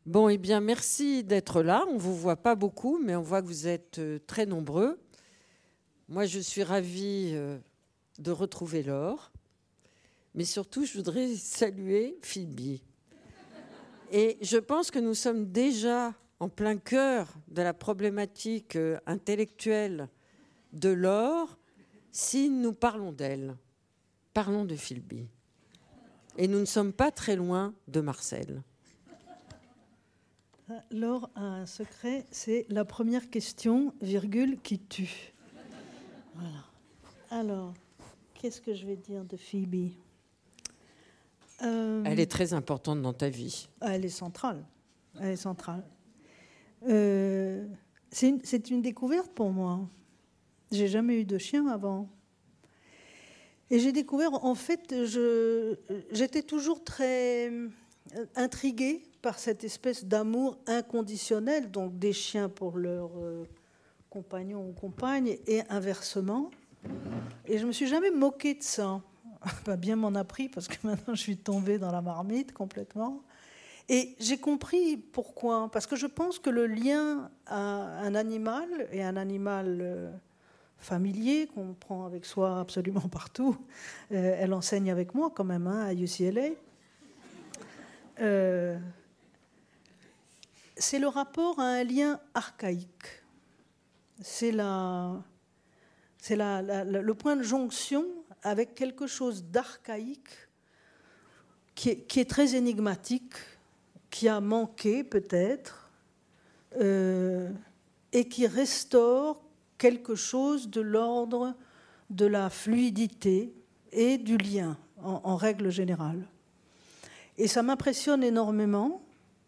Bon, eh bien, merci d'être là. On ne vous voit pas beaucoup, mais on voit que vous êtes très nombreux. Moi, je suis ravie de retrouver Laure. Mais surtout, je voudrais saluer Philby. Et je pense que nous sommes déjà en plein cœur de la problématique intellectuelle de Laure si nous parlons d'elle. Parlons de Philby. Et nous ne sommes pas très loin de Marcel. Laure a un secret, c'est la première question, virgule, qui tue. Voilà. Alors, qu'est-ce que je vais dire de Phoebe ? Elle est très importante dans ta vie. Elle est centrale. Elle est centrale. C'est une découverte pour moi. J'ai jamais eu de chien avant. Et j'ai découvert, en fait, j'étais toujours très intriguée par cette espèce d'amour inconditionnel, donc des chiens pour leurs compagnons ou compagnes, et inversement. Et je ne me suis jamais moquée de ça. Bien m'en a pris, parce que maintenant je suis tombée dans la marmite complètement. Et j'ai compris pourquoi. Parce que je pense que le lien à un animal, et un animal familier qu'on prend avec soi absolument partout, elle enseigne avec moi quand même à UCLA, c'est le rapport à un lien archaïque. C'est le point de jonction avec quelque chose d'archaïque qui est très énigmatique, qui a manqué peut-être, et qui restaure quelque chose de l'ordre de la fluidité et du lien, en règle générale. Et ça m'impressionne énormément.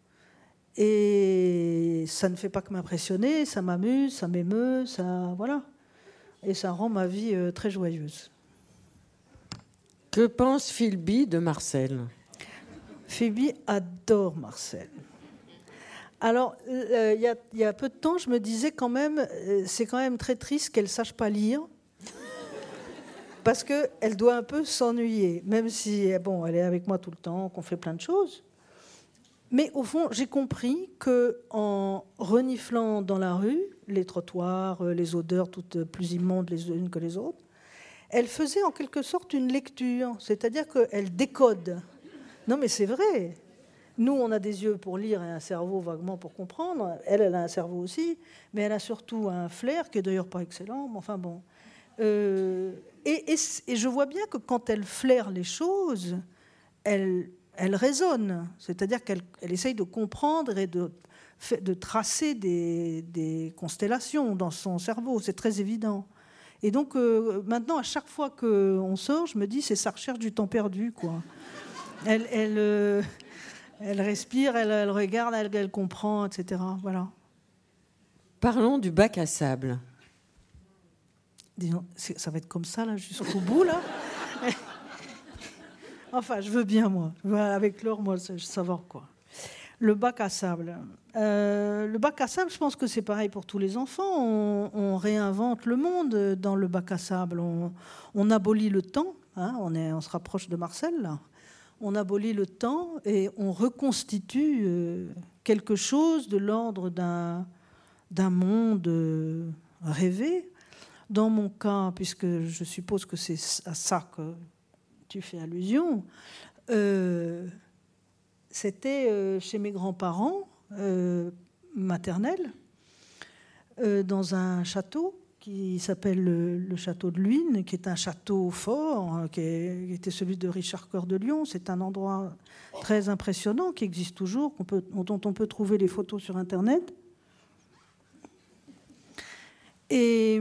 Et ça ne fait pas que m'impressionner, ça m'amuse, ça m'émeut, ça, voilà. Et ça rend ma vie très joyeuse. Que pense Philby de Marcel ? Philby adore Marcel. Alors, il y a peu de temps, je me disais quand même, c'est quand même très triste qu'elle ne sache pas lire, parce qu'elle doit un peu s'ennuyer, même si, bon, elle est avec moi tout le temps, qu'on fait plein de choses. Mais au fond, j'ai compris qu'en reniflant dans la rue, les trottoirs, les odeurs toutes plus immondes les unes que les autres, elle faisait en quelque sorte une lecture, c'est-à-dire qu'elle décode. Non, mais c'est vrai. Nous, on a des yeux pour lire et un cerveau vaguement pour comprendre. Elle a un cerveau aussi, mais elle a surtout un flair qui est d'ailleurs pas excellent. Mais enfin bon. Et je vois bien que quand elle flaire les choses, elle raisonne. C'est-à-dire qu'elle essaye de comprendre et de tracer des constellations dans son cerveau. C'est très évident. Et donc, maintenant, à chaque fois qu'on sort, je me dis, c'est sa recherche du temps perdu, quoi. Elle respire, elle regarde, elle comprend, etc. Voilà. Parlons du bac à sable. Disons, ça va être comme ça, là, jusqu'au bout, là. Enfin, je veux bien, moi. Avec Laure, moi, je savoir quoi. Le bac à sable. Le bac à sable, je pense que c'est pareil pour tous les enfants. On réinvente le monde dans le bac à sable. On abolit le temps. Hein, on se rapproche de Marcel, là. On abolit le temps et on reconstitue quelque chose de l'ordre d'un monde rêvé. Dans mon cas, puisque je suppose que c'est à ça que tu fais allusion, c'était chez mes grands-parents maternels, dans un château qui s'appelle le château de Luynes, qui est un château fort, qui était celui de Richard Coeur de Lion. C'est un endroit très impressionnant qui existe toujours, dont on peut trouver les photos sur Internet. Et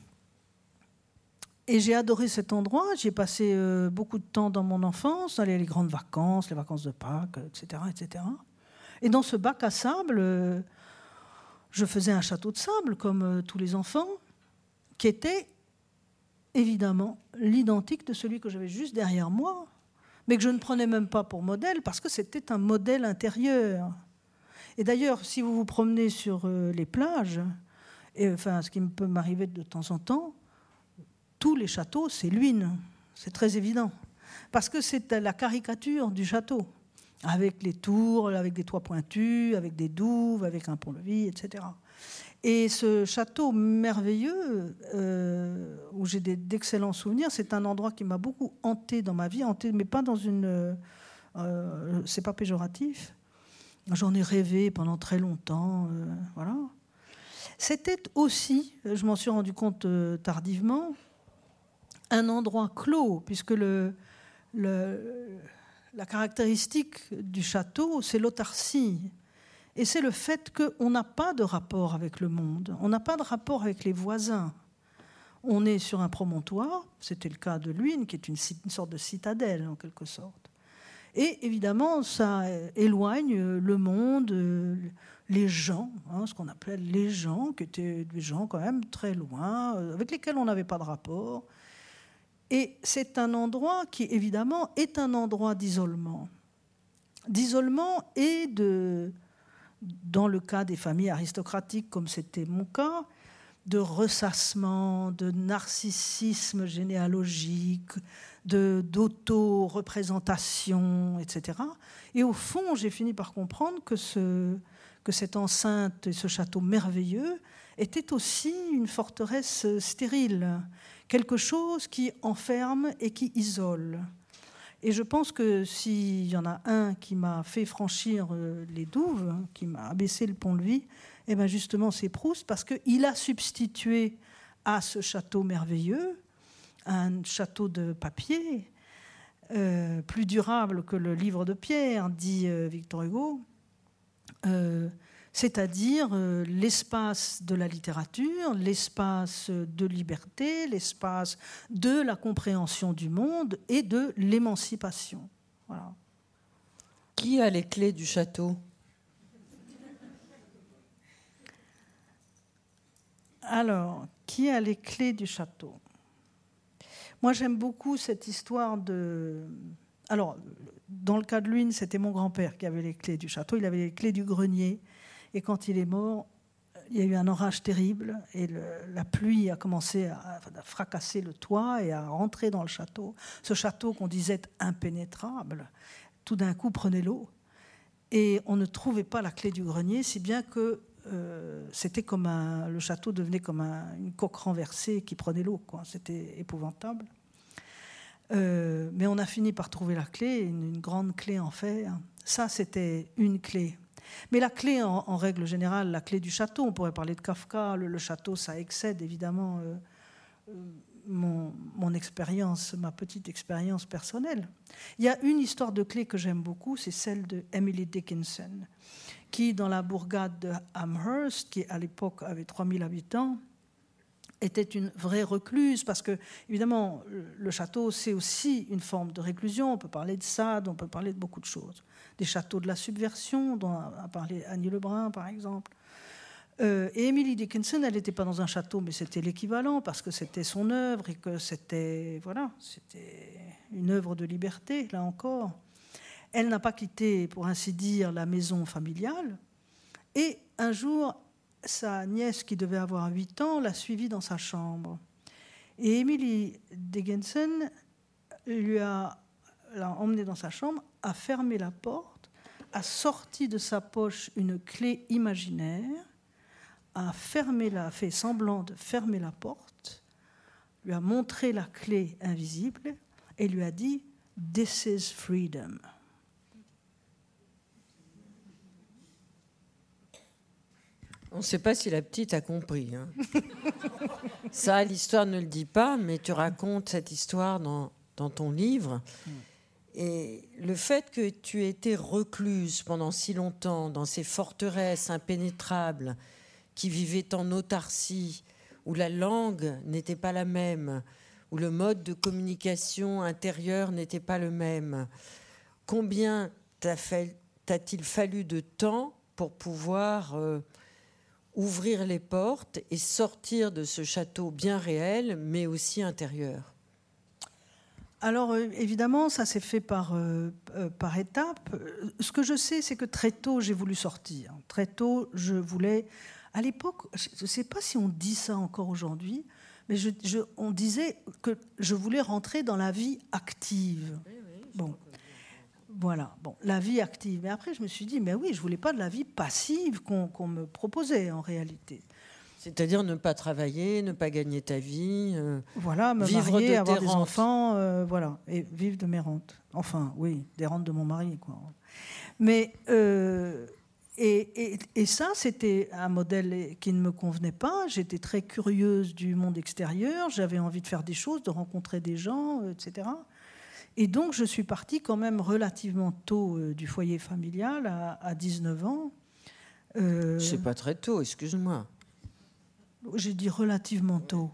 j'ai adoré cet endroit. J'y ai passé beaucoup de temps dans mon enfance, dans les grandes vacances, les vacances de Pâques, etc., etc. Et dans ce bac à sable, je faisais un château de sable, comme tous les enfants, qui était évidemment l'identique de celui que j'avais juste derrière moi, mais que je ne prenais même pas pour modèle, parce que c'était un modèle intérieur. Et d'ailleurs, si vous vous promenez sur les plages, enfin, ce qui peut m'arriver de temps en temps, tous les châteaux, c'est Luynes. C'est très évident. Parce que c'est la caricature du château. avec les tours, avec des toits pointus, avec des douves, avec un pont-levis, etc. Et ce château merveilleux, où j'ai d'excellents souvenirs, c'est un endroit qui m'a beaucoup hanté dans ma vie, hanté, mais pas dans une... c'est pas péjoratif. J'en ai rêvé pendant très longtemps, voilà. C'était aussi, je m'en suis rendu compte tardivement, un endroit clos, puisque la caractéristique du château, c'est l'autarcie. Et c'est le fait qu'on n'a pas de rapport avec le monde, on n'a pas de rapport avec les voisins. On est sur un promontoire, c'était le cas de Luynes, qui est une sorte de citadelle en quelque sorte. Et évidemment, ça éloigne le monde, les gens, ce qu'on appelait les gens, qui étaient des gens quand même très loin, avec lesquels on n'avait pas de rapport. Et c'est un endroit qui, évidemment, est un endroit d'isolement. D'isolement et dans le cas des familles aristocratiques, comme c'était mon cas, de ressassement, de narcissisme généalogique, d'auto-représentation, etc. Et au fond, j'ai fini par comprendre que cette enceinte et ce château merveilleux était aussi une forteresse stérile, quelque chose qui enferme et qui isole. Et je pense que s'il y en a un qui m'a fait franchir les douves, qui m'a abaissé le pont-levis, eh bien justement c'est Proust, parce qu'il a substitué à ce château merveilleux un château de papier, plus durable que le livre de pierre, dit Victor Hugo, c'est-à-dire l'espace de la littérature, l'espace de liberté, l'espace de la compréhension du monde et de l'émancipation. Voilà. Qui a les clés du château ? Alors, qui a les clés du château ? Moi, j'aime beaucoup cette histoire de... Alors, dans le cas de Luynes, c'était mon grand-père qui avait les clés du château. Il avait les clés du grenier. Et quand il est mort, il y a eu un orage terrible. Et la pluie a commencé à fracasser le toit et à rentrer dans le château. Ce château qu'on disait impénétrable, tout d'un coup prenait l'eau. Et on ne trouvait pas la clé du grenier, si bien que c'était comme le château devenait comme une coque renversée qui prenait l'eau, quoi. C'était épouvantable. Mais on a fini par trouver la clé, une grande clé en fer. Ça, c'était une clé. Mais la clé, en règle générale, la clé du château, on pourrait parler de Kafka. Le château, ça excède évidemment mon expérience, ma petite expérience personnelle. Il y a une histoire de clé que j'aime beaucoup, c'est celle de Emily Dickinson, qui, dans la bourgade de Amherst, qui à l'époque avait 3000 habitants, était une vraie recluse, parce que, évidemment, le château, c'est aussi une forme de réclusion. On peut parler de Sade, on peut parler de beaucoup de choses. Des châteaux de la subversion, dont a parlé Annie Lebrun, par exemple. Et Emily Dickinson, elle n'était pas dans un château, mais c'était l'équivalent, parce que c'était son œuvre, et que c'était une œuvre de liberté, là encore. Elle n'a pas quitté, pour ainsi dire, la maison familiale. Et un jour, sa nièce, qui devait avoir 8 ans, l'a suivie dans sa chambre. Et Emily Dickinson l'a emmenée dans sa chambre, a fermé la porte, a sorti de sa poche une clé imaginaire, a fait semblant de fermer la porte, lui a montré la clé invisible et lui a dit « This is freedom ». On ne sait pas si la petite a compris. Hein. Ça, l'histoire ne le dit pas, mais tu racontes cette histoire dans ton livre. Et le fait que tu aies été recluse pendant si longtemps dans ces forteresses impénétrables qui vivaient en autarcie, où la langue n'était pas la même, où le mode de communication intérieure n'était pas le même, combien t'a-t-il fallu de temps pour pouvoir... ouvrir les portes et sortir de ce château bien réel, mais aussi intérieur? Alors, évidemment, ça s'est fait par étapes. Ce que je sais, c'est que très tôt, j'ai voulu sortir. Très tôt, je voulais... À l'époque, je ne sais pas si on dit ça encore aujourd'hui, mais on disait que je voulais rentrer dans la vie active. Oui, bon. Voilà, bon, la vie active. Mais après, je me suis dit, mais oui, je ne voulais pas de la vie passive qu'on me proposait en réalité. C'est-à-dire ne pas travailler, ne pas gagner ta vie, voilà, me vivre marier, de avoir tes des rentes. enfants, voilà, et vivre de mes rentes. Enfin, oui, des rentes de mon mari, quoi. Mais et ça, c'était un modèle qui ne me convenait pas. J'étais très curieuse du monde extérieur. J'avais envie de faire des choses, de rencontrer des gens, etc. Et donc, je suis partie quand même relativement tôt du foyer familial, à 19 ans. C'est pas très tôt, excuse-moi. J'ai dit relativement tôt.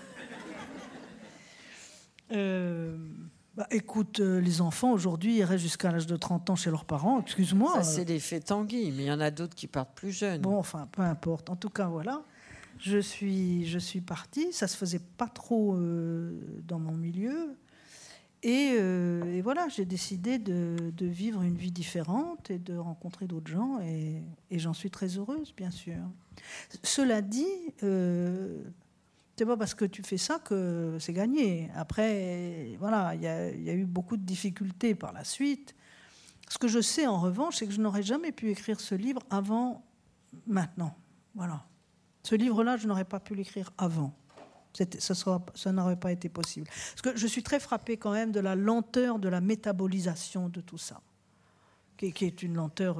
Écoute, les enfants, aujourd'hui, ils restent jusqu'à l'âge de 30 ans chez leurs parents, excuse-moi. Ça, c'est l'effet Tanguy, mais il y en a d'autres qui partent plus jeunes. Bon, enfin, peu importe. En tout cas, voilà. Je suis partie. Ça se faisait pas trop dans mon milieu. Et voilà, j'ai décidé de vivre une vie différente et de rencontrer d'autres gens. Et j'en suis très heureuse, bien sûr. Cela dit, c'est pas parce que tu fais ça que c'est gagné. Après, voilà, il y a eu beaucoup de difficultés par la suite. Ce que je sais, en revanche, c'est que je n'aurais jamais pu écrire ce livre avant maintenant. Voilà. Ce livre-là, je n'aurais pas pu l'écrire avant. Ça n'aurait pas été possible. Parce que je suis très frappée quand même de la lenteur de la métabolisation de tout ça, qui est une lenteur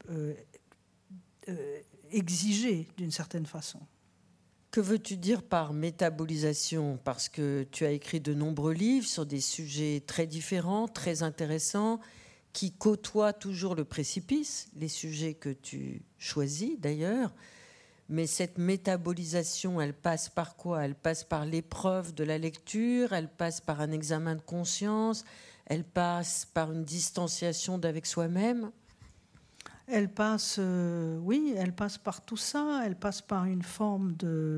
exigée d'une certaine façon. Que veux-tu dire par métabolisation? Parce que tu as écrit de nombreux livres sur des sujets très différents, très intéressants, qui côtoient toujours le précipice, les sujets que tu choisis d'ailleurs. Mais cette métabolisation, elle passe par quoi? Elle passe par l'épreuve de la lecture, elle passe par un examen de conscience, elle passe par une distanciation d'avec soi-même. Elle passe, oui, elle passe par tout ça. Elle passe par une forme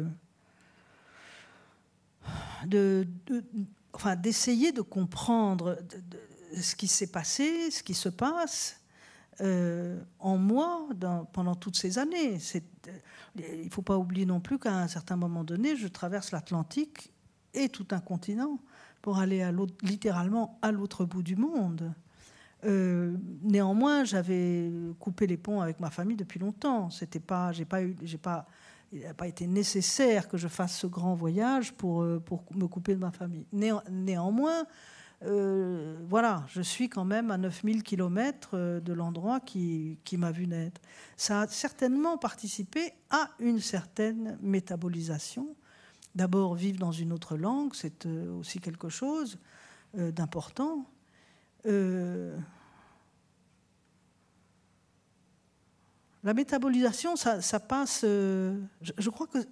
d'essayer de comprendre ce qui s'est passé, ce qui se passe en moi pendant toutes ces années. Il ne faut pas oublier non plus qu'à un certain moment donné, je traverse l'Atlantique et tout un continent pour aller littéralement à l'autre bout du monde. Néanmoins, j'avais coupé les ponts avec ma famille depuis longtemps. Il n'a pas été nécessaire que je fasse ce grand voyage pour me couper de ma famille. Néanmoins, voilà, je suis quand même à 9000 km de l'endroit qui m'a vu naître. Ça a certainement participé à une certaine métabolisation. D'abord, vivre dans une autre langue, c'est aussi quelque chose d'important. La métabolisation, ça passe. Je crois que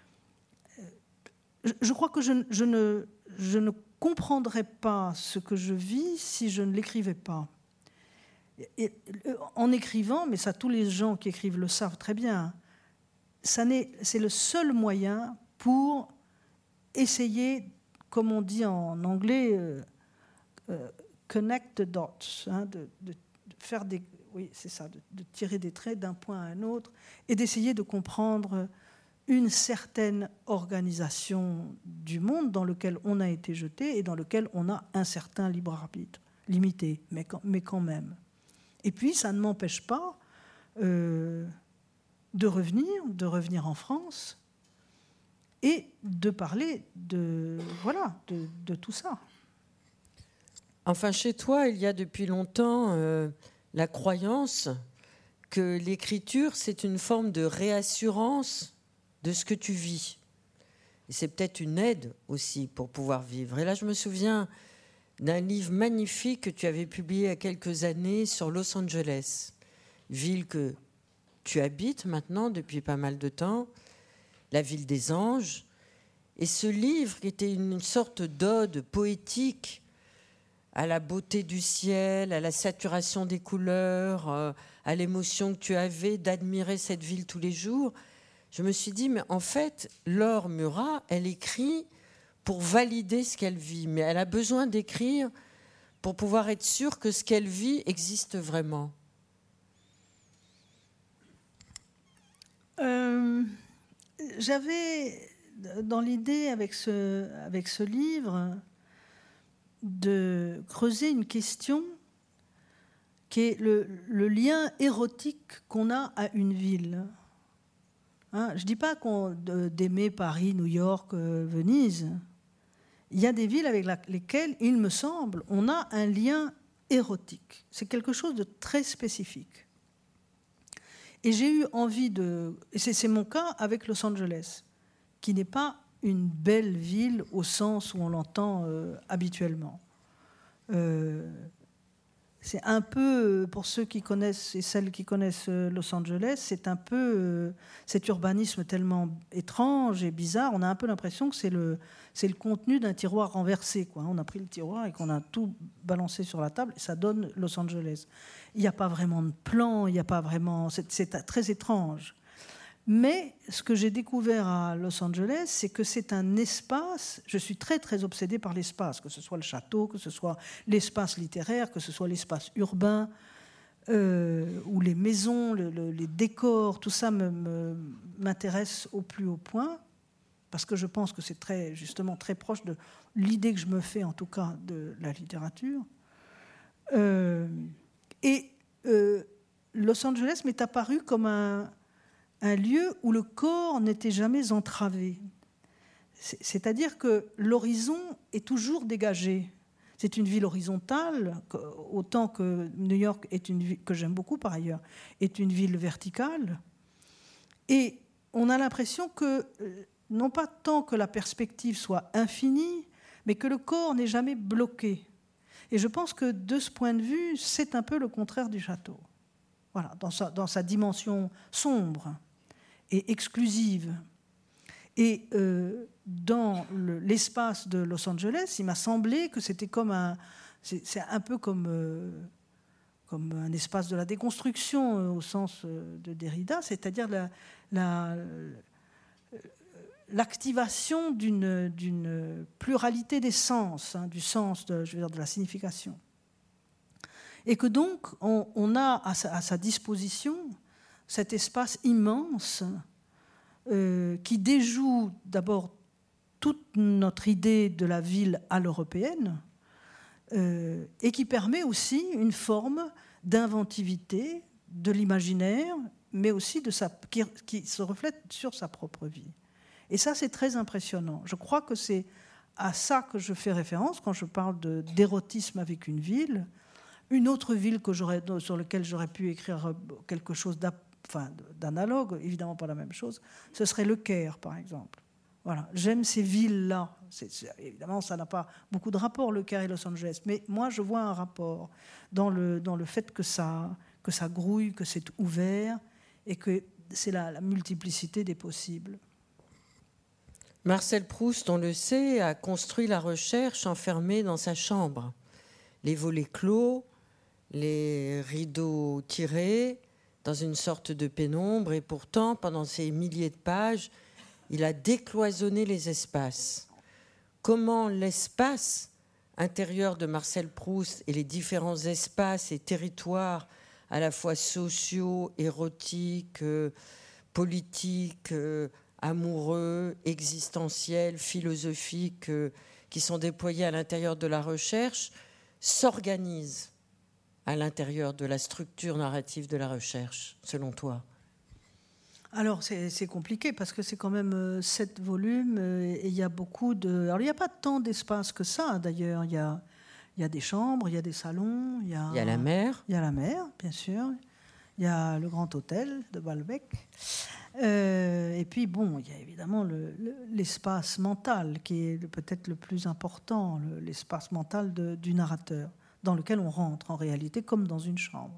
je ne comprendrais pas ce que je vis si je ne l'écrivais pas. Et en écrivant, mais ça tous les gens qui écrivent le savent très bien, c'est le seul moyen pour essayer, comme on dit en anglais, connect the dots, hein, de faire des... Oui, c'est ça, de tirer des traits d'un point à un autre et d'essayer de comprendre une certaine organisation du monde dans lequel on a été jeté et dans lequel on a un certain libre arbitre, limité, mais quand même. Et puis, ça ne m'empêche pas de revenir en France et de parler de tout ça. Enfin, chez toi, il y a depuis longtemps la croyance que l'écriture, c'est une forme de réassurance de ce que tu vis. Et c'est peut-être une aide aussi pour pouvoir vivre. Et là, je me souviens d'un livre magnifique que tu avais publié il y a quelques années sur Los Angeles, ville que tu habites maintenant depuis pas mal de temps, la ville des anges. Et ce livre, qui était une sorte d'ode poétique à la beauté du ciel, à la saturation des couleurs, à l'émotion que tu avais d'admirer cette ville tous les jours, je me suis dit, mais en fait, Laure Murat, elle écrit pour valider ce qu'elle vit, mais elle a besoin d'écrire pour pouvoir être sûre que ce qu'elle vit existe vraiment. J'avais dans l'idée avec ce livre de creuser une question qui est le lien érotique qu'on a à une ville. Hein, je ne dis pas d'aimer Paris, New York, Venise. Il y a des villes avec lesquelles, il me semble, on a un lien érotique. C'est quelque chose de très spécifique. Et j'ai eu envie de... Et c'est mon cas avec Los Angeles, qui n'est pas une belle ville au sens où on l'entend habituellement. C'est un peu, pour ceux qui connaissent et celles qui connaissent Los Angeles, c'est un peu cet urbanisme tellement étrange et bizarre. On a un peu l'impression que c'est le contenu d'un tiroir renversé, quoi. On a pris le tiroir et qu'on a tout balancé sur la table et ça donne Los Angeles. Il n'y a pas vraiment de plan, il n'y a pas vraiment... C'est très étrange. Mais ce que j'ai découvert à Los Angeles, c'est que c'est un espace... Je suis très, très obsédée par l'espace, que ce soit le château, que ce soit l'espace littéraire, que ce soit l'espace urbain, ou les maisons, les décors, tout ça m'intéresse au plus haut point, parce que je pense que c'est justement très proche de l'idée que je me fais, en tout cas, de la littérature. Los Angeles m'est apparu comme un lieu où le corps n'était jamais entravé. C'est-à-dire que l'horizon est toujours dégagé. C'est une ville horizontale, autant que New York est une ville que j'aime beaucoup par ailleurs, est une ville verticale. Et on a l'impression que, non pas tant que la perspective soit infinie, mais que le corps n'est jamais bloqué. Et je pense que de ce point de vue, c'est un peu le contraire du château. Voilà, dans sa dimension sombre et exclusive. Et dans l'espace de Los Angeles, il m'a semblé que c'était c'est un peu comme un espace de la déconstruction au sens de Derrida, c'est-à-dire l'activation d'une pluralité des sens, hein, du sens de la signification. Et que donc, on a à sa disposition cet espace immense qui déjoue d'abord toute notre idée de la ville à l'européenne et qui permet aussi une forme d'inventivité, de l'imaginaire, mais aussi qui se reflète sur sa propre vie. Et ça, c'est très impressionnant. Je crois que c'est à ça que je fais référence quand je parle d'érotisme avec une ville. Une autre ville sur laquelle j'aurais pu écrire quelque chose d'analogue, évidemment pas la même chose, ce serait le Caire, par exemple. Voilà. J'aime ces villes-là. Évidemment, ça n'a pas beaucoup de rapport, le Caire et Los Angeles, mais moi, je vois un rapport dans le fait que ça grouille, que c'est ouvert, et que c'est la multiplicité des possibles. Marcel Proust, on le sait, a construit la recherche enfermée dans sa chambre. Les volets clos, les rideaux tirés, dans une sorte de pénombre, et pourtant, pendant ces milliers de pages, il a décloisonné les espaces. Comment l'espace intérieur de Marcel Proust et les différents espaces et territoires, à la fois sociaux, érotiques, politiques, amoureux, existentiels, philosophiques, qui sont déployés à l'intérieur de la recherche, s'organisent à l'intérieur de la structure narrative de la recherche, selon toi? Alors, c'est compliqué parce que c'est quand même 7 volumes et il y a beaucoup de... Alors, il n'y a pas tant d'espace que ça, d'ailleurs. Il y a des chambres, il y a des salons. Il y a la mer. Il y a la mer, bien sûr. Il y a le Grand Hôtel de Balbec. Et puis, bon, il y a évidemment l'espace mental qui est peut-être le plus important, l'espace mental du narrateur, dans lequel on rentre en réalité comme dans une chambre.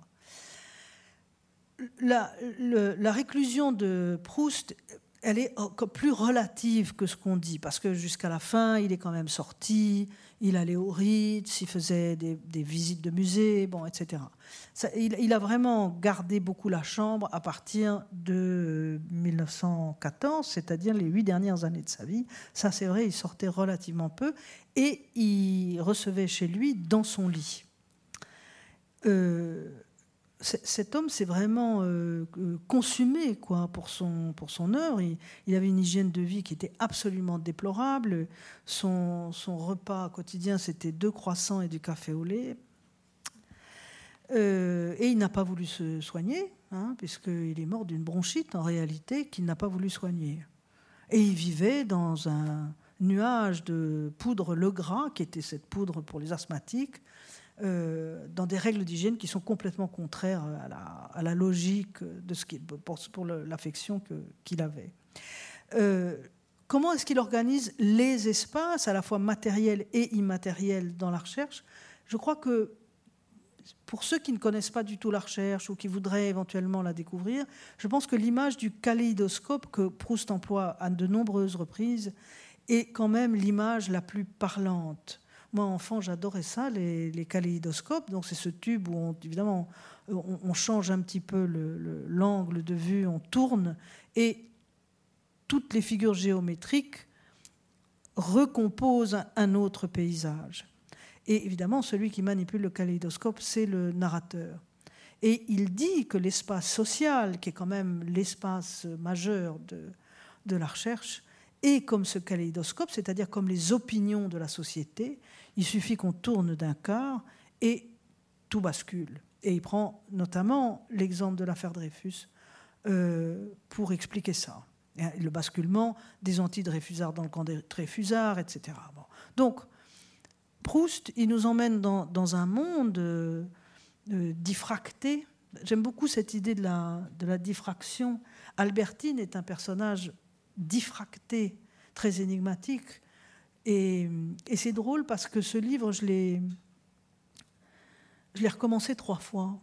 La réclusion de Proust, elle est plus relative que ce qu'on dit, parce que jusqu'à la fin, il est quand même sorti, il allait au Ritz, il faisait des visites de musées, bon, etc. Il a vraiment gardé beaucoup la chambre à partir de 1914, c'est-à-dire les 8 dernières années de sa vie. Ça, c'est vrai, il sortait relativement peu, et il recevait chez lui dans son lit. Cet homme s'est vraiment consumé, quoi, pour son œuvre. Il avait une hygiène de vie qui était absolument déplorable. Son repas quotidien, c'était 2 croissants et du café au lait. Et il n'a pas voulu se soigner, puisqu'il est mort d'une bronchite, en réalité, qu'il n'a pas voulu soigner. Et il vivait dans un nuage de poudre Le Gras, qui était cette poudre pour les asthmatiques, dans des règles d'hygiène qui sont complètement contraires à la logique de ce pour l'affection qu'il avait. Comment est-ce qu'il organise les espaces, à la fois matériels et immatériels, dans la recherche ? Je crois que pour ceux qui ne connaissent pas du tout la recherche ou qui voudraient éventuellement la découvrir, je pense que l'image du kaléidoscope que Proust emploie à de nombreuses reprises est quand même l'image la plus parlante. Moi, enfant, j'adorais ça, les kaléidoscopes. Donc, c'est ce tube où, évidemment, on change un petit peu l'angle de vue, on tourne, et toutes les figures géométriques recomposent un autre paysage. Et évidemment, celui qui manipule le kaléidoscope, c'est le narrateur. Et il dit que l'espace social, qui est quand même l'espace majeur de la recherche, est comme ce kaléidoscope, c'est-à-dire comme les opinions de la société. Il suffit qu'on tourne d'un quart et tout bascule. Et il prend notamment l'exemple de l'affaire Dreyfus pour expliquer ça. Et le basculement des anti-Dreyfusards dans le camp des Dreyfusards, etc. Bon. Donc, Proust, il nous emmène dans un monde diffracté. J'aime beaucoup cette idée de la diffraction. Albertine est un personnage diffracté, très énigmatique. Et c'est drôle parce que ce livre, je l'ai recommencé 3 fois.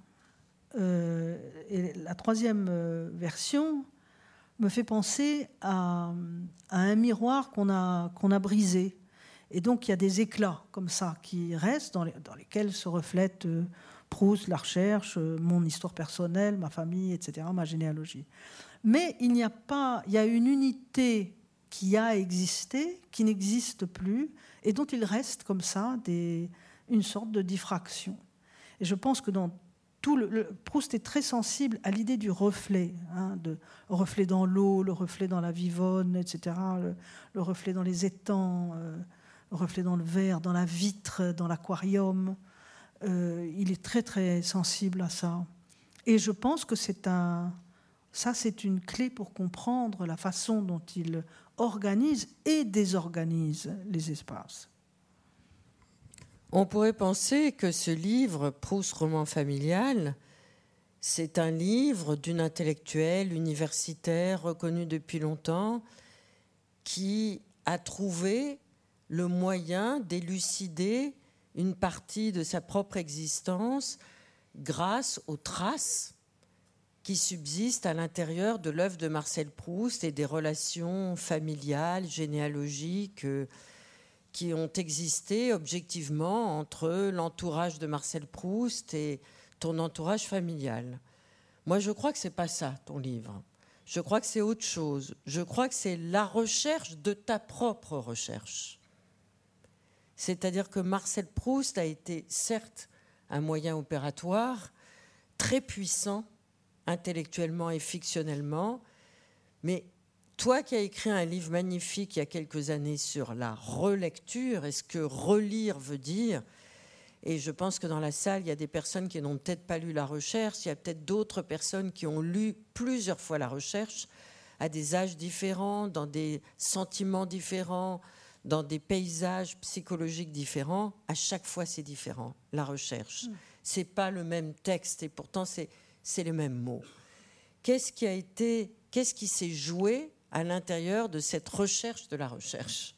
Et la 3e version me fait penser à un miroir qu'on a brisé. Et donc, il y a des éclats comme ça qui restent, dans lesquels se reflètent Proust, la recherche, mon histoire personnelle, ma famille, etc., ma généalogie. Mais il y a une unité qui a existé, qui n'existe plus, et dont il reste comme ça une sorte de diffraction. Et je pense que dans tout Proust est très sensible à l'idée du reflet, le reflet dans l'eau, le reflet dans la vivonne, etc., le reflet dans les étangs, le reflet dans le verre, dans la vitre, dans l'aquarium. Il est très, très sensible à ça. Et je pense que c'est une clé pour comprendre la façon dont il organise et désorganise les espaces. On pourrait penser que ce livre, Proust, roman familial, c'est un livre d'une intellectuelle universitaire reconnue depuis longtemps qui a trouvé le moyen d'élucider une partie de sa propre existence grâce aux traces qui subsistent à l'intérieur de l'œuvre de Marcel Proust et des relations familiales, généalogiques qui ont existé objectivement entre l'entourage de Marcel Proust et ton entourage familial. Moi, je crois que ce n'est pas ça, ton livre. Je crois que c'est autre chose. Je crois que c'est la recherche de ta propre recherche. C'est-à-dire que Marcel Proust a été, certes, un moyen opératoire très puissant, intellectuellement et fictionnellement, mais toi qui as écrit un livre magnifique il y a quelques années sur la relecture et ce que relire veut dire, et je pense que dans la salle, il y a des personnes qui n'ont peut-être pas lu la recherche, il y a peut-être d'autres personnes qui ont lu plusieurs fois la recherche, à des âges différents, dans des sentiments différents, dans des paysages psychologiques différents. À chaque fois, c'est différent, la recherche. C'est pas le même texte, et pourtant, c'est les mêmes mots. Qu'est-ce qui s'est joué à l'intérieur de cette recherche de la recherche?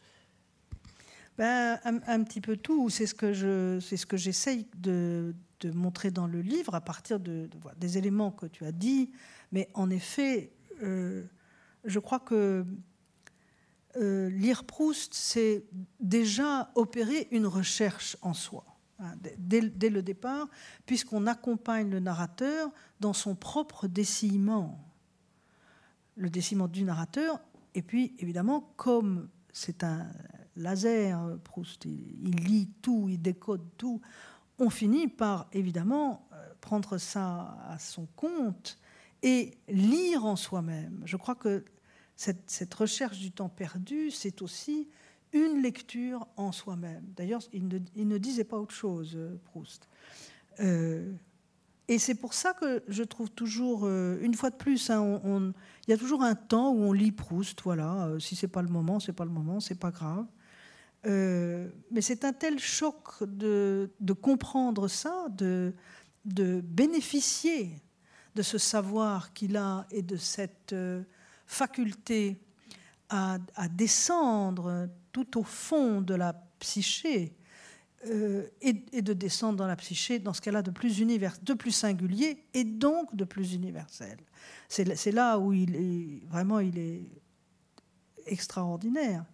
Un petit peu tout. C'est ce que j'essaye de montrer dans le livre à partir des éléments que tu as dit. Mais en effet, je crois que lire Proust, c'est déjà opérer une recherche en soi, dès le départ, puisqu'on accompagne le narrateur dans son propre dessillement. Le dessillement du narrateur, et puis évidemment, comme c'est un laser, Proust, il lit tout, il décode tout, on finit par évidemment prendre ça à son compte et lire en soi-même. Je crois que cette recherche du temps perdu, c'est aussi une lecture en soi-même. D'ailleurs, il ne disait pas autre chose, Proust. Et c'est pour ça que je trouve toujours, une fois de plus, il y a toujours un temps où on lit Proust, voilà. Si c'est pas le moment, c'est pas le moment, c'est pas grave. Mais c'est un tel choc de comprendre ça, de bénéficier de ce savoir qu'il a et de cette faculté à descendre tout au fond de la psyché et de descendre dans la psyché dans ce qu'elle a de plus singulier et donc de plus universel. C'est là où il est extraordinaire.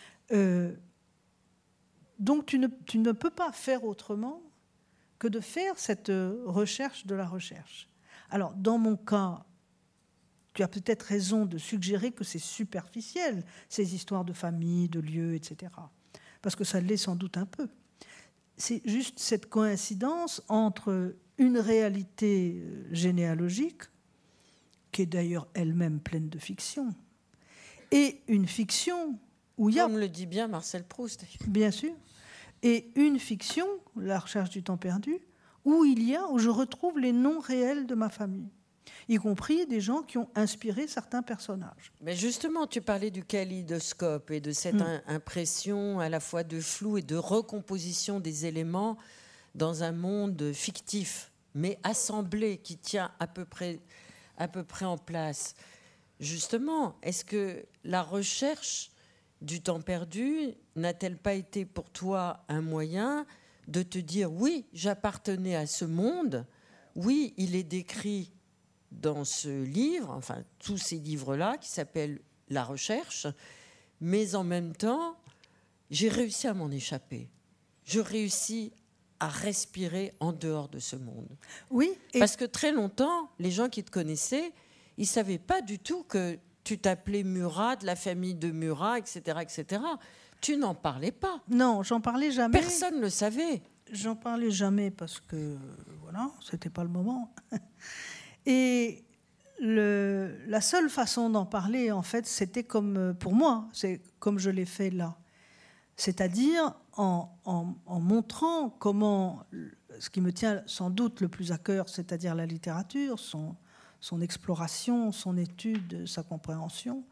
Donc tu ne peux pas faire autrement que de faire cette recherche de la recherche. Alors, dans mon cas, tu as peut-être raison de suggérer que c'est superficiel, ces histoires de famille, de lieux, etc. Parce que ça l'est sans doute un peu. C'est juste cette coïncidence entre une réalité généalogique, qui est d'ailleurs elle-même pleine de fiction, et une fiction où il y a... Comme le dit bien Marcel Proust. Bien sûr. Et une fiction, La recherche du temps perdu, où je retrouve les noms réels de ma famille, y compris des gens qui ont inspiré certains personnages. Mais justement, tu parlais du kaléidoscope et de cette impression à la fois de flou et de recomposition des éléments dans un monde fictif, mais assemblé, qui tient à peu près en place. Justement, est-ce que la recherche du temps perdu n'a-t-elle pas été pour toi un moyen de te dire oui, j'appartenais à ce monde, oui, il est décrit dans ce livre, enfin tous ces livres-là qui s'appellent La recherche, mais en même temps, j'ai réussi à m'en échapper. Je réussis à respirer en dehors de ce monde. Oui. Parce que très longtemps, les gens qui te connaissaient, ils ne savaient pas du tout que tu t'appelais Murat, de la famille de Murat, etc., etc. Tu n'en parlais pas. Non, j'en parlais jamais. Personne ne le savait. J'en parlais jamais parce que, voilà, c'était pas le moment. Et la seule façon d'en parler, en fait, c'était comme, pour moi, c'est comme je l'ai fait là. C'est-à-dire en montrant comment, ce qui me tient sans doute le plus à cœur, c'est-à-dire la littérature, son exploration, son étude, sa compréhension,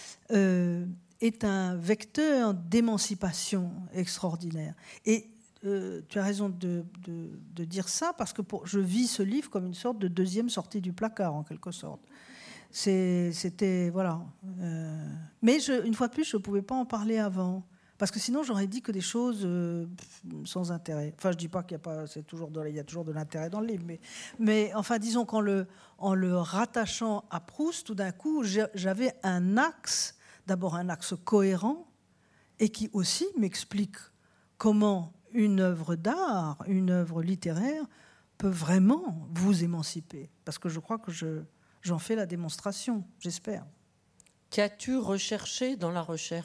est un vecteur d'émancipation extraordinaire. Et tu as raison de dire ça, parce que je vis ce livre comme une sorte de deuxième sortie du placard, en quelque sorte. C'était... Voilà. Mais une fois de plus, je ne pouvais pas en parler avant. Parce que sinon, j'aurais dit que des choses sans intérêt. Enfin, je ne dis pas qu'il n'y a pas... il y a toujours de l'intérêt dans le livre. Mais enfin, disons qu'en le rattachant à Proust, tout d'un coup, j'avais un axe, d'abord un axe cohérent, et qui aussi m'explique comment une œuvre d'art, une œuvre littéraire peut vraiment vous émanciper. Parce que je crois que j'en fais la démonstration, j'espère. Qu'as-tu recherché dans la recherche ?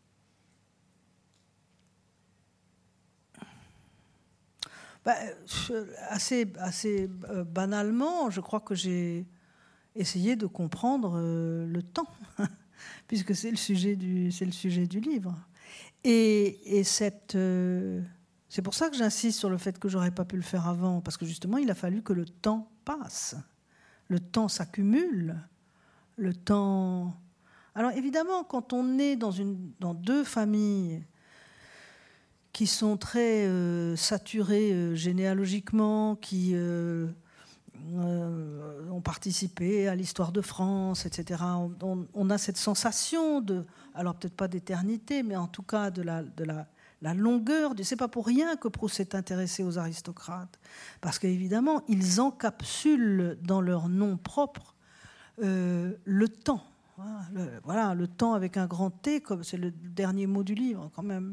Assez banalement, je crois que j'ai essayé de comprendre le temps, puisque c'est le sujet du livre. Et c'est pour ça que j'insiste sur le fait que j'aurais pas pu le faire avant, parce que justement, il a fallu que le temps passe. Le temps s'accumule. Le temps... Alors évidemment, quand on est dans deux familles qui sont très saturées généalogiquement, qui ont participé à l'histoire de France, etc. On a cette sensation alors peut-être pas d'éternité, mais en tout cas de la longueur. C'est pas pour rien que Proust s'est intéressé aux aristocrates, parce qu'évidemment, ils encapsulent dans leur nom propre le temps. Voilà, le temps avec un grand T, comme c'est le dernier mot du livre, quand même.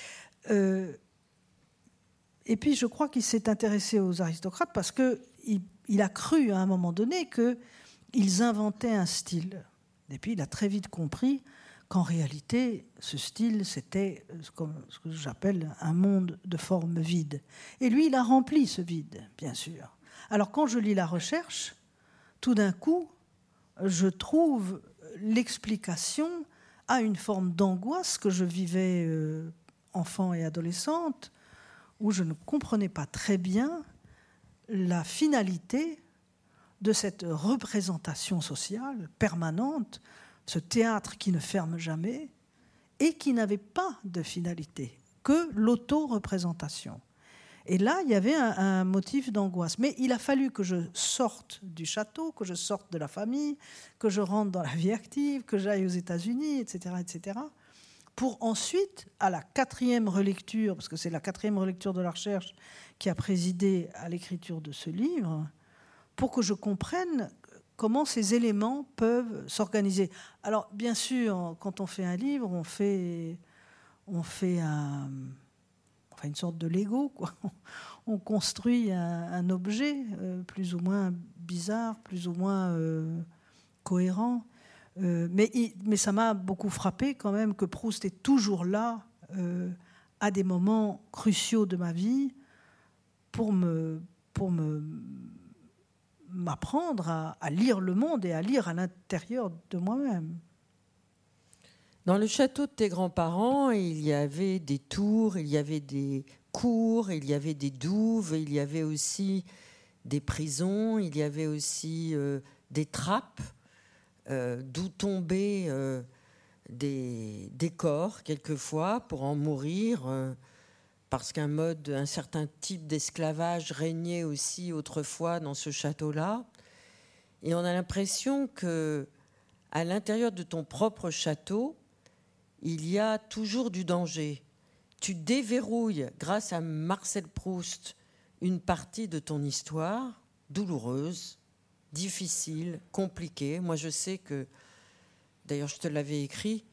Et puis, je crois qu'il s'est intéressé aux aristocrates parce qu'il a cru à un moment donné qu'ils inventaient un style. Et puis, il a très vite compris qu'en réalité, ce style, c'était ce que j'appelle un monde de forme vide. Et lui, il a rempli ce vide, bien sûr. Alors, quand je lis La recherche, tout d'un coup, je trouve l'explication à une forme d'angoisse que je vivais enfant et adolescente, où je ne comprenais pas très bien la finalité de cette représentation sociale permanente, ce théâtre qui ne ferme jamais et qui n'avait pas de finalité, que l'auto-représentation. Et là, il y avait un motif d'angoisse. Mais il a fallu que je sorte du château, que je sorte de la famille, que je rentre dans la vie active, que j'aille aux États-Unis, etc., pour ensuite, à la 4e relecture, parce que c'est la 4e relecture de la recherche qui a présidé à l'écriture de ce livre, pour que je comprenne comment ces éléments peuvent s'organiser. Alors, bien sûr, quand on fait un livre, on fait une sorte de Lego, quoi. On construit un objet plus ou moins bizarre, plus ou moins cohérent. Mais ça m'a beaucoup frappé quand même que Proust est toujours là à des moments cruciaux de ma vie pour m'apprendre à lire le monde et à lire à l'intérieur de moi-même. Dans le château de tes grands-parents, il y avait des tours, il y avait des cours, il y avait des douves, il y avait aussi des prisons, il y avait aussi des trappes d'où tombaient des corps quelquefois pour en mourir, parce un certain type d'esclavage régnait aussi autrefois dans ce château-là. Et on a l'impression que à l'intérieur de ton propre château, il y a toujours du danger. Tu déverrouilles, grâce à Marcel Proust, une partie de ton histoire douloureuse, difficile, compliquée. Moi, je sais que, d'ailleurs, je te l'avais écrit,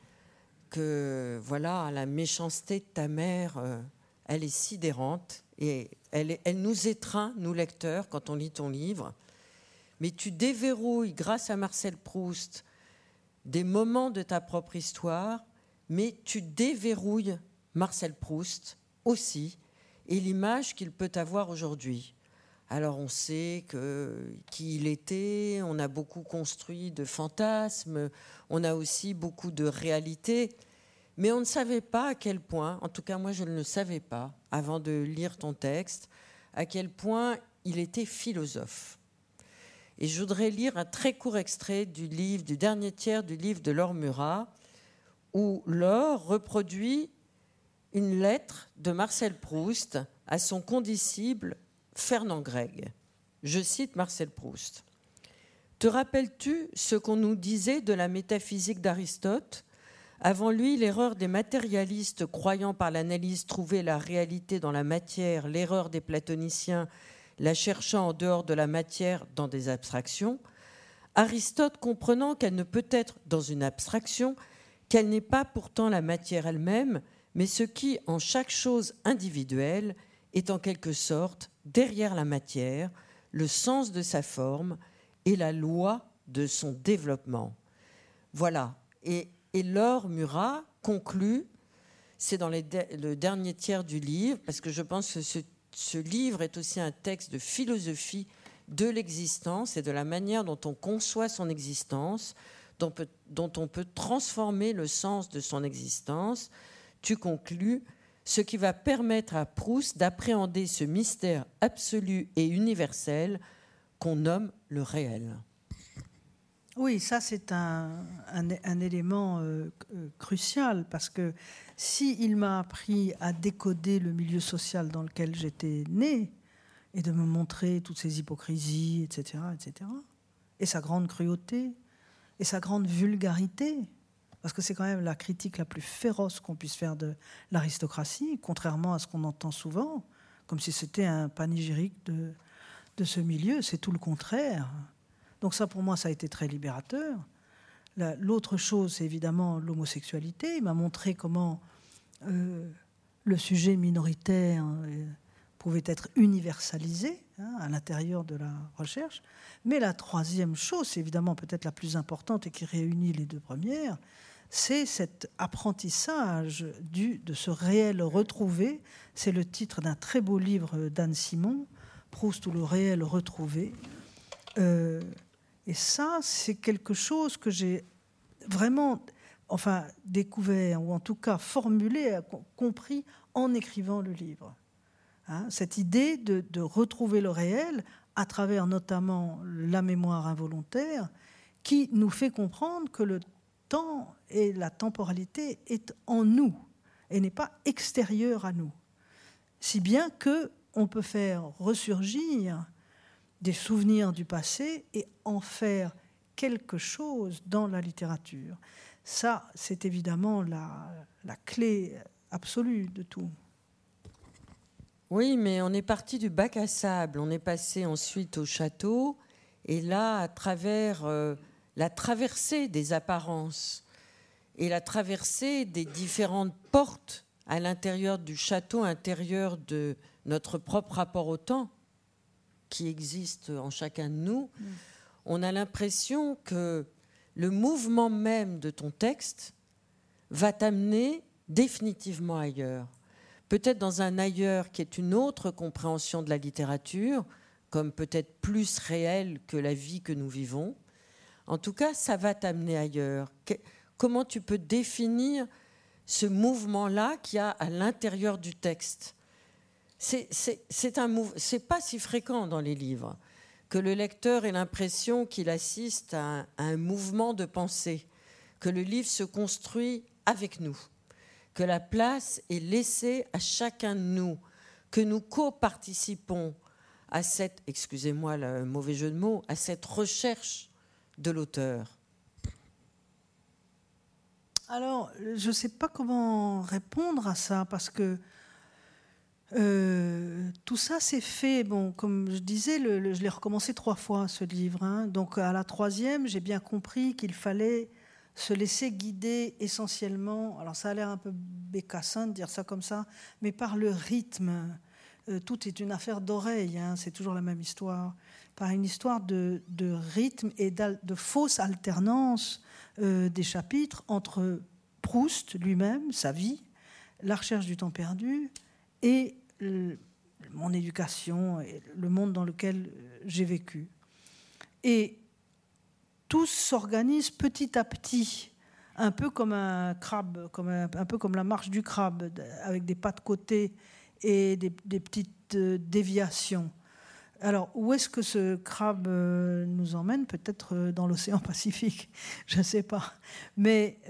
que voilà, la méchanceté de ta mère, elle est sidérante et elle nous étreint, nous lecteurs, quand on lit ton livre. Mais tu déverrouilles, grâce à Marcel Proust, des moments de ta propre histoire, mais tu déverrouilles Marcel Proust aussi et l'image qu'il peut avoir aujourd'hui. Alors on sait qui il était, on a beaucoup construit de fantasmes, on a aussi beaucoup de réalités, mais on ne savait pas à quel point, en tout cas moi je ne le savais pas avant de lire ton texte, à quel point il était philosophe. Et je voudrais lire un très court extrait du dernier tiers du livre de Laure Murat, où Laure reproduit une lettre de Marcel Proust à son condisciple Fernand Gregg. Je cite Marcel Proust. « Te rappelles-tu ce qu'on nous disait de la métaphysique d'Aristote ? Avant lui, l'erreur des matérialistes croyant par l'analyse trouver la réalité dans la matière, l'erreur des platoniciens la cherchant en dehors de la matière dans des abstractions, Aristote comprenant qu'elle ne peut être dans une abstraction, qu'elle n'est pas pourtant la matière elle-même, mais ce qui, en chaque chose individuelle, est en quelque sorte, derrière la matière, le sens de sa forme et la loi de son développement. » Voilà. Et Laure Murat conclut, c'est dans le dernier tiers du livre, parce que je pense que ce livre est aussi un texte de philosophie de l'existence et de la manière dont on conçoit son existence, dont on peut transformer le sens de son existence. Tu conclus, ce qui va permettre à Proust d'appréhender ce mystère absolu et universel qu'on nomme le réel. Oui, ça c'est un élément crucial, parce que s'il m'a appris à décoder le milieu social dans lequel j'étais née et de me montrer toutes ces hypocrisies, etc., et sa grande cruauté et sa grande vulgarité, parce que c'est quand même la critique la plus féroce qu'on puisse faire de l'aristocratie, contrairement à ce qu'on entend souvent, comme si c'était un panégyrique de ce milieu, c'est tout le contraire. Donc ça, pour moi, ça a été très libérateur. L'autre chose, c'est évidemment l'homosexualité. Il m'a montré comment le sujet minoritaire pouvait être universalisé à l'intérieur de la recherche. Mais la troisième chose, c'est évidemment peut-être la plus importante et qui réunit les deux premières, c'est cet apprentissage de ce réel retrouvé. C'est le titre d'un très beau livre d'Anne Simon, Proust ou le réel retrouvé. Et ça, c'est quelque chose que j'ai vraiment découvert, ou en tout cas formulé, compris en écrivant le livre. Cette idée de retrouver le réel à travers notamment la mémoire involontaire qui nous fait comprendre que le temps et la temporalité est en nous et n'est pas extérieur à nous. Si bien qu'on peut faire ressurgir des souvenirs du passé et en faire quelque chose dans la littérature. Ça, c'est évidemment la clé absolue de tout. Oui, mais on est parti du bac à sable, on est passé ensuite au château, et là, à travers la traversée des apparences et la traversée des différentes portes à l'intérieur du château intérieur de notre propre rapport au temps, qui existe en chacun de nous, on a l'impression que le mouvement même de ton texte va t'amener définitivement ailleurs. Peut-être dans un ailleurs qui est une autre compréhension de la littérature, comme peut-être plus réelle que la vie que nous vivons. En tout cas, ça va t'amener ailleurs. Comment tu peux définir ce mouvement-là qu'il y a à l'intérieur du texte ? C'est pas si fréquent dans les livres que le lecteur ait l'impression qu'il assiste à un mouvement de pensée, que le livre se construit avec nous, que la place est laissée à chacun de nous, que nous co-participons à cette, excusez-moi le mauvais jeu de mots, à cette recherche de l'auteur. Alors, je ne sais pas comment répondre à ça, parce que tout ça s'est fait, bon, comme je disais, je l'ai recommencé 3 fois, ce livre. Donc à la 3e, j'ai bien compris qu'il fallait se laisser guider essentiellement, alors ça a l'air un peu bécassin de dire ça comme ça, mais par le rythme. Tout est une affaire d'oreille, c'est toujours la même histoire. Par une histoire de rythme et de fausse alternance des chapitres entre Proust lui-même, sa vie, la recherche du temps perdu, et mon éducation et le monde dans lequel j'ai vécu. Et tout s'organise petit à petit, un peu comme un crabe, un peu comme la marche du crabe, avec des pas de côté et des petites déviations. Alors, où est-ce que ce crabe nous emmène ? Peut-être dans l'océan Pacifique, je ne sais pas. Mais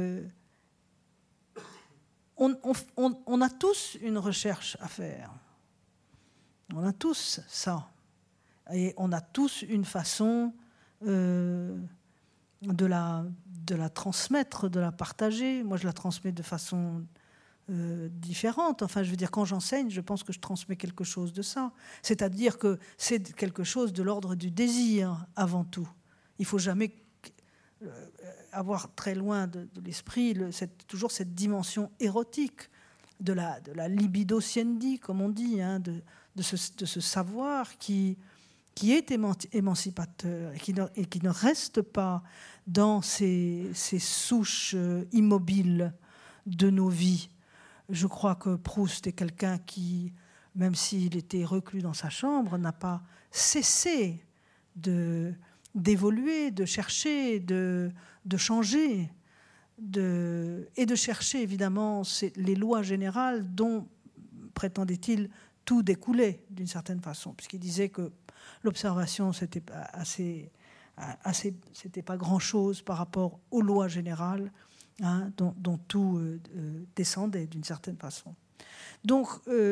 on a tous une recherche à faire. On a tous ça. Et on a tous une façon de la transmettre, de la partager. Moi, je la transmets de façon différente. Enfin, je veux dire, quand j'enseigne, je pense que je transmets quelque chose de ça. C'est-à-dire que c'est quelque chose de l'ordre du désir, avant tout. Il ne faut jamais avoir très loin de l'esprit toujours cette dimension érotique de la libido sciendi, comme on dit, de ce savoir qui est émancipateur et qui ne reste pas dans ces souches immobiles de nos vies. Je crois que Proust est quelqu'un qui, même s'il était reclus dans sa chambre, n'a pas cessé d'évoluer, de chercher, de changer, et de chercher évidemment les lois générales dont, prétendait-il, tout découlait d'une certaine façon, puisqu'il disait que l'observation, c'était pas grand-chose par rapport aux lois générales, dont tout descendait d'une certaine façon. Donc,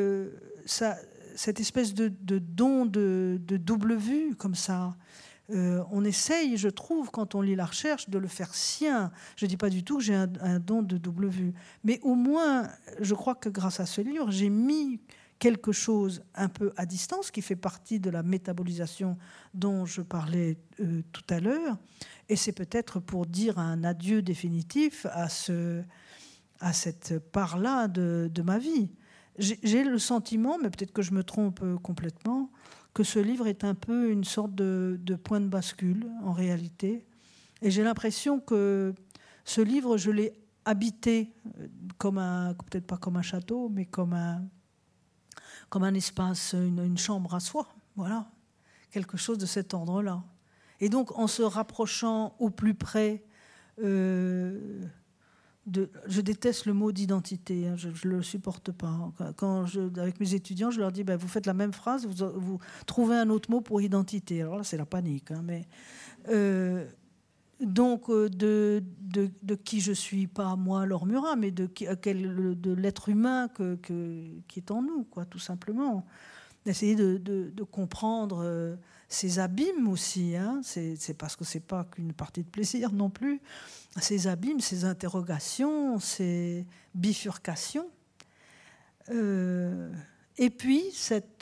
cette espèce de don de double vue, comme ça, on essaye, je trouve, quand on lit la recherche, de le faire sien. Je ne dis pas du tout que j'ai un don de double vue, mais au moins, je crois que grâce à ce livre, j'ai mis quelque chose un peu à distance, qui fait partie de la métabolisation dont je parlais tout à l'heure, et c'est peut-être pour dire un adieu définitif à cette part-là de ma vie. J'ai le sentiment, mais peut-être que je me trompe complètement, que ce livre est un peu une sorte de point de bascule, en réalité. Et j'ai l'impression que ce livre, je l'ai habité peut-être pas comme un château, mais comme un espace, une chambre à soi, voilà, quelque chose de cet ordre-là. Et donc, en se rapprochant au plus près de je déteste le mot d'identité, hein, je ne le supporte pas. Avec mes étudiants, je leur dis, vous faites la même phrase, vous trouvez un autre mot pour identité. Alors là, c'est la panique. Hein, mais, donc, de qui je suis, pas moi, Laure Murat, mais de l'être humain qui est en nous, quoi, tout simplement. D'essayer de comprendre ces abîmes aussi. Hein. C'est parce que c'est pas qu'une partie de plaisir non plus. Ces abîmes, ces interrogations, ces bifurcations. Et puis cette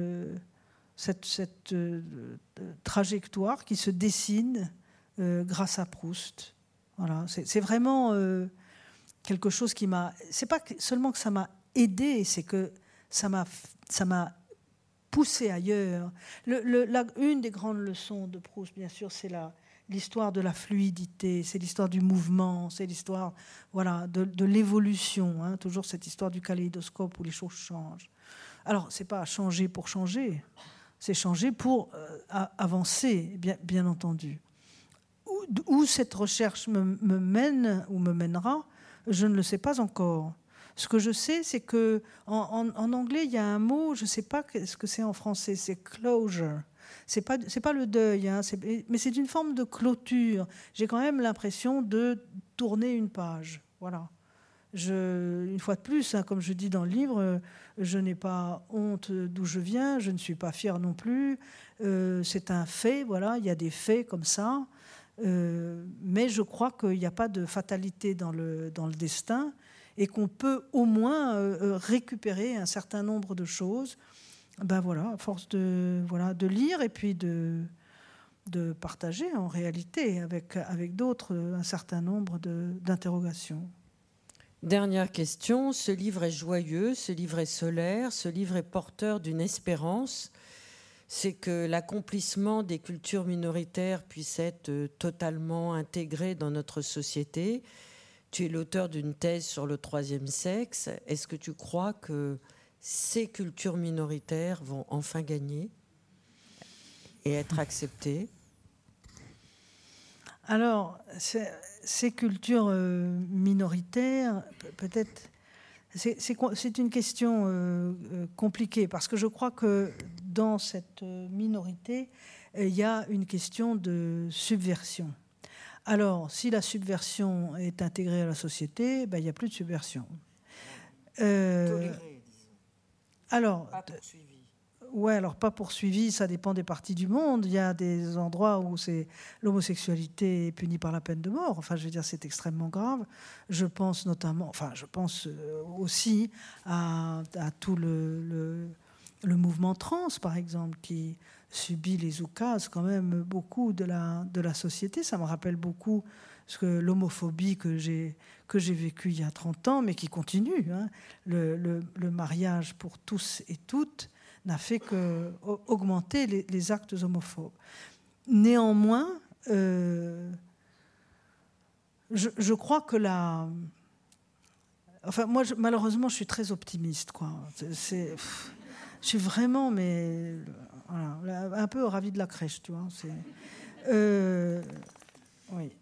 trajectoire qui se dessine grâce à Proust. Voilà. C'est vraiment quelque chose qui m'a... C'est pas seulement que ça m'a aidé, c'est que ça m'a poussé ailleurs. Une des grandes leçons de Proust, bien sûr, c'est l'histoire de la fluidité, c'est l'histoire du mouvement, c'est l'histoire de l'évolution, hein, toujours cette histoire du kaléidoscope où les choses changent. Alors, c'est pas changer pour changer, c'est changer pour avancer, bien entendu. Où cette recherche me mène ou me mènera, je ne le sais pas encore. Ce que je sais, c'est que en anglais, il y a un mot, je ne sais pas ce que c'est en français, c'est closure. C'est pas le deuil, hein, mais c'est une forme de clôture. J'ai quand même l'impression de tourner une page. Voilà. Une fois de plus, hein, comme je dis dans le livre, je n'ai pas honte d'où je viens, je ne suis pas fière non plus. C'est un fait, voilà, il y a des faits comme ça. Mais je crois qu'il n'y a pas de fatalité dans le destin et qu'on peut au moins récupérer un certain nombre de choses, à force de lire et puis de partager en réalité avec d'autres un certain nombre d'interrogations. Dernière question, ce livre est joyeux, ce livre est solaire, ce livre est porteur d'une espérance, c'est que l'accomplissement des cultures minoritaires puisse être totalement intégré dans notre société. Tu es l'auteur d'une thèse sur le troisième sexe. Est-ce que tu crois que ces cultures minoritaires vont enfin gagner et être acceptées ? Alors, ces cultures minoritaires, peut-être, c'est une question compliquée, parce que je crois que dans cette minorité, il y a une question de subversion. Alors, si la subversion est intégrée à la société, il n'y a plus de subversion. Tolérée, disons. Alors, pas poursuivie. Ouais, alors pas poursuivi, ça dépend des parties du monde. Il y a des endroits où l'homosexualité est punie par la peine de mort. Enfin, je veux dire, c'est extrêmement grave. Je pense aussi à tout le mouvement trans, par exemple, qui subit les oukases quand même beaucoup de la société. Ça me rappelle beaucoup l'homophobie que j'ai vécue il y a 30 ans, mais qui continue. Hein. Le mariage pour tous et toutes n'a fait qu'augmenter les actes homophobes. Néanmoins, je crois que moi, malheureusement, je suis très optimiste, quoi. Je suis vraiment, un peu au ravi de la crèche, tu vois. Oui.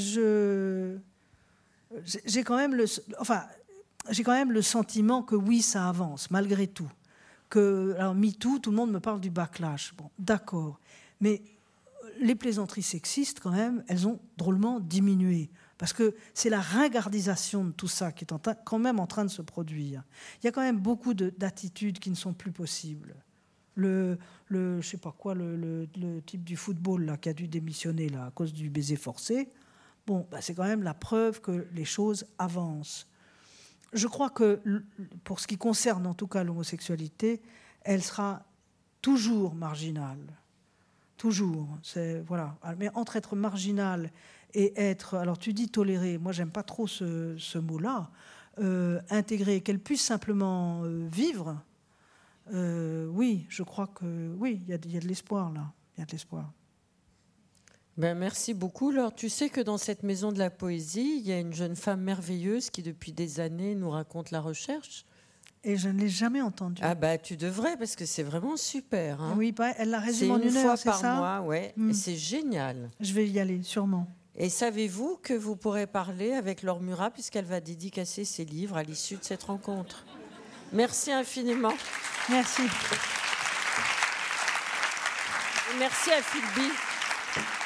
J'ai quand même le sentiment que oui, ça avance, malgré tout. Alors, MeToo, tout le monde me parle du backlash. Bon, d'accord. Mais les plaisanteries sexistes, quand même, elles ont drôlement diminué. Parce que c'est la ringardisation de tout ça qui est quand même en train de se produire. Il y a quand même beaucoup d'attitudes qui ne sont plus possibles. Je sais pas quoi, le type du football là, qui a dû démissionner là, à cause du baiser forcé, c'est quand même la preuve que les choses avancent. Je crois que, pour ce qui concerne en tout cas l'homosexualité, elle sera toujours marginale. Toujours. Voilà. Mais entre être marginale et être... Alors tu dis tolérée, moi j'aime pas trop ce mot-là. Intégrer, qu'elle puisse simplement vivre, oui, je crois que oui, il y a de l'espoir là. Il y a de l'espoir. Merci beaucoup, Laure. Tu sais que dans cette maison de la poésie, il y a une jeune femme merveilleuse qui, depuis des années, nous raconte la recherche. Et je ne l'ai jamais entendue. Tu devrais, parce que c'est vraiment super. Hein. Oui, elle la résume en une heure, c'est ça ? C'est une fois par mois, ouais. Et c'est génial. Je vais y aller, sûrement. Et savez-vous que vous pourrez parler avec Laure Murat puisqu'elle va dédicacer ses livres à l'issue de cette rencontre. Merci infiniment. Merci. Et merci à Philby.